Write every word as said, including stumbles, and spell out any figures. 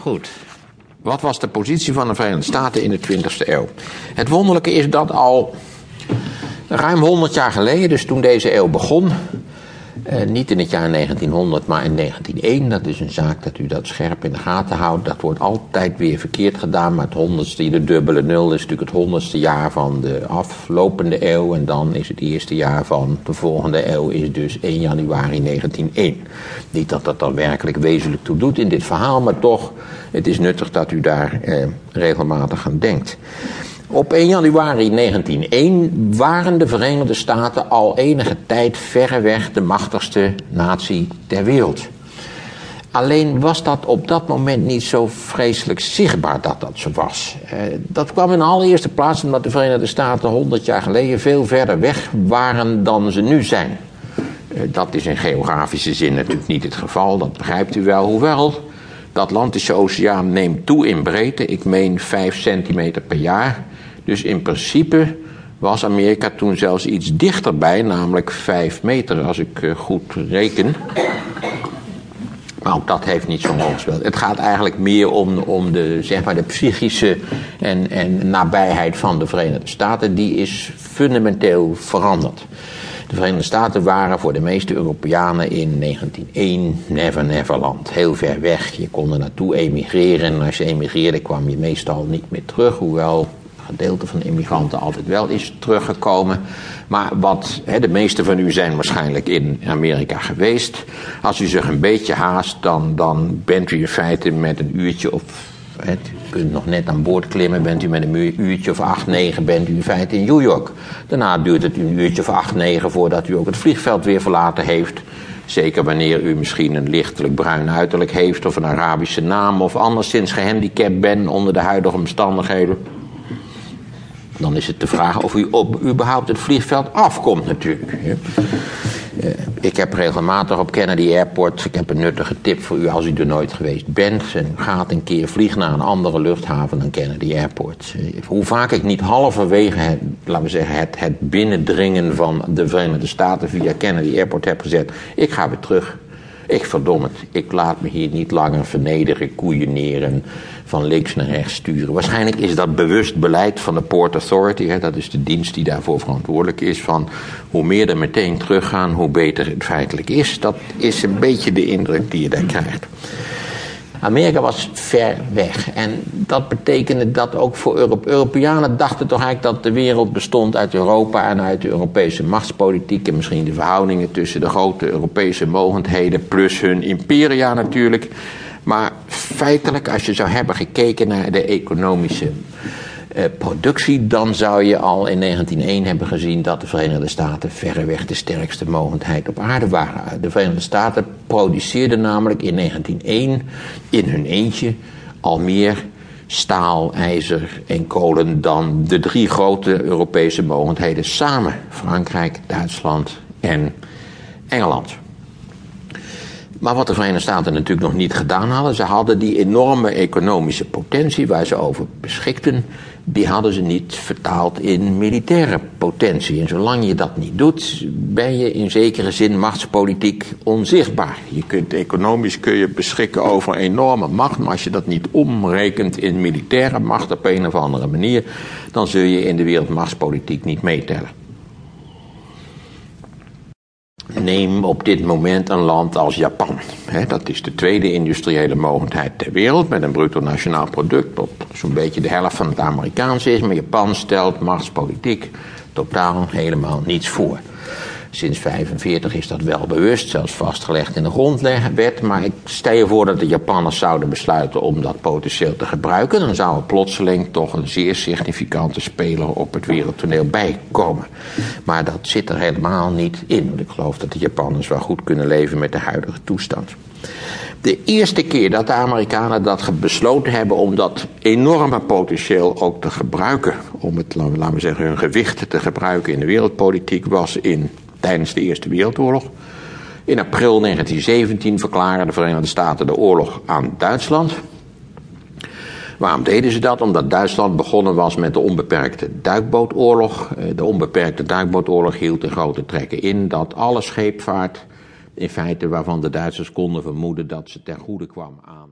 Goed. Wat was de positie van de Verenigde Staten in de twintigste eeuw? Het wonderlijke is dat al ruim honderd jaar geleden, dus toen deze eeuw begon, eh, niet in het jaar negentienhonderd, maar in negentien één, dat is een zaak dat u dat scherp in de gaten houdt, dat wordt altijd weer verkeerd gedaan, maar het honderdste, de dubbele nul is natuurlijk het honderdste jaar van de aflopende eeuw en dan is het eerste jaar van de volgende eeuw is dus één januari negentien één. Niet dat dat dan werkelijk wezenlijk toe doet in dit verhaal, maar toch, het is nuttig dat u daar eh, regelmatig aan denkt. Op één januari negentien één waren de Verenigde Staten al enige tijd verreweg de machtigste natie ter wereld. Alleen was dat op dat moment niet zo vreselijk zichtbaar dat dat zo was. Eh, dat kwam in de allereerste plaats omdat de Verenigde Staten honderd jaar geleden veel verder weg waren dan ze nu zijn. Eh, dat is in geografische zin natuurlijk niet het geval, dat begrijpt u wel, hoewel de Atlantische Oceaan neemt toe in breedte, ik meen vijf centimeter per jaar. Dus in principe was Amerika toen zelfs iets dichterbij, namelijk vijf meter als ik uh, goed reken. Maar ook dat heeft niet zo'n rol gespeeld. Het gaat eigenlijk meer om, om de, zeg maar de psychische en, en nabijheid van de Verenigde Staten. Die is fundamenteel veranderd. De Verenigde Staten waren voor de meeste Europeanen in negentien één never never land. Heel ver weg. Je kon er naartoe emigreren. En als je emigreerde kwam je meestal niet meer terug. Hoewel een gedeelte van de immigranten altijd wel is teruggekomen. Maar wat, he, de meeste van u zijn waarschijnlijk in Amerika geweest. Als u zich een beetje haast, dan, dan bent u in feite met een uurtje of... He, u kunt nog net aan boord klimmen, bent u met een uurtje of acht, negen, bent u in feite in New York. Daarna duurt het een uurtje of acht, negen voordat u ook het vliegveld weer verlaten heeft. Zeker wanneer u misschien een lichtelijk bruin uiterlijk heeft of een Arabische naam of anderszins gehandicapt bent onder de huidige omstandigheden. Dan is het de vraag of u op, überhaupt het vliegveld afkomt natuurlijk. Uh, ik heb regelmatig op Kennedy Airport, ik heb een nuttige tip voor u als u er nooit geweest bent. En gaat een keer vliegen naar een andere luchthaven dan Kennedy Airport. Uh, hoe vaak ik niet halverwege het, laten we zeggen, het, het binnendringen van de Verenigde Staten via Kennedy Airport heb gezet. Ik ga weer terug. Ik verdom het. Ik laat me hier niet langer vernederen, koeieneren, van links naar rechts sturen. Waarschijnlijk is dat bewust beleid van de Port Authority. Hè, dat is de dienst die daarvoor verantwoordelijk is. Van hoe meer er meteen teruggaan, hoe beter het feitelijk is. Dat is een beetje de indruk die je daar krijgt. Amerika was ver weg. En dat betekende dat ook voor Europe- Europeanen dachten toch eigenlijk dat de wereld bestond uit Europa en uit de Europese machtspolitiek. En misschien de verhoudingen tussen de grote Europese mogendheden plus hun imperia natuurlijk. Maar feitelijk, als je zou hebben gekeken naar de economische eh, productie, dan zou je al in negentien één hebben gezien dat de Verenigde Staten verreweg de sterkste mogendheid op aarde waren. De Verenigde Staten produceerden namelijk in negentien één in hun eentje al meer staal, ijzer en kolen dan de drie grote Europese mogendheden samen. Frankrijk, Duitsland en Engeland. Maar wat de Verenigde Staten natuurlijk nog niet gedaan hadden, ze hadden die enorme economische potentie waar ze over beschikten, die hadden ze niet vertaald in militaire potentie. En zolang je dat niet doet, ben je in zekere zin machtspolitiek onzichtbaar. Je kunt economisch kun je beschikken over enorme macht, maar als je dat niet omrekent in militaire macht op een of andere manier, dan zul je in de wereldmachtspolitiek niet meetellen. Neem op dit moment een land als Japan. He, dat is de tweede industriële mogendheid ter wereld met een bruto nationaal product dat zo'n beetje de helft van het Amerikaanse is. Maar Japan stelt machtspolitiek totaal helemaal niets voor. Sinds vijfenveertig is dat wel bewust, zelfs vastgelegd in de grondwet. Maar ik stel je voor dat de Japanners zouden besluiten om dat potentieel te gebruiken. Dan zou er plotseling toch een zeer significante speler op het wereldtoneel bijkomen. Maar dat zit er helemaal niet in. Want ik geloof dat de Japanners wel goed kunnen leven met de huidige toestand. De eerste keer dat de Amerikanen dat besloten hebben om dat enorme potentieel ook te gebruiken, om het, laten we zeggen, hun gewicht te gebruiken in de wereldpolitiek, was in tijdens de Eerste Wereldoorlog. In april negentien zeventien verklaren de Verenigde Staten de oorlog aan Duitsland. Waarom deden ze dat? Omdat Duitsland begonnen was met de onbeperkte duikbootoorlog. De onbeperkte duikbootoorlog hield in grote trekken in dat alle scheepvaart, in feite waarvan de Duitsers konden vermoeden dat ze ten goede kwam aan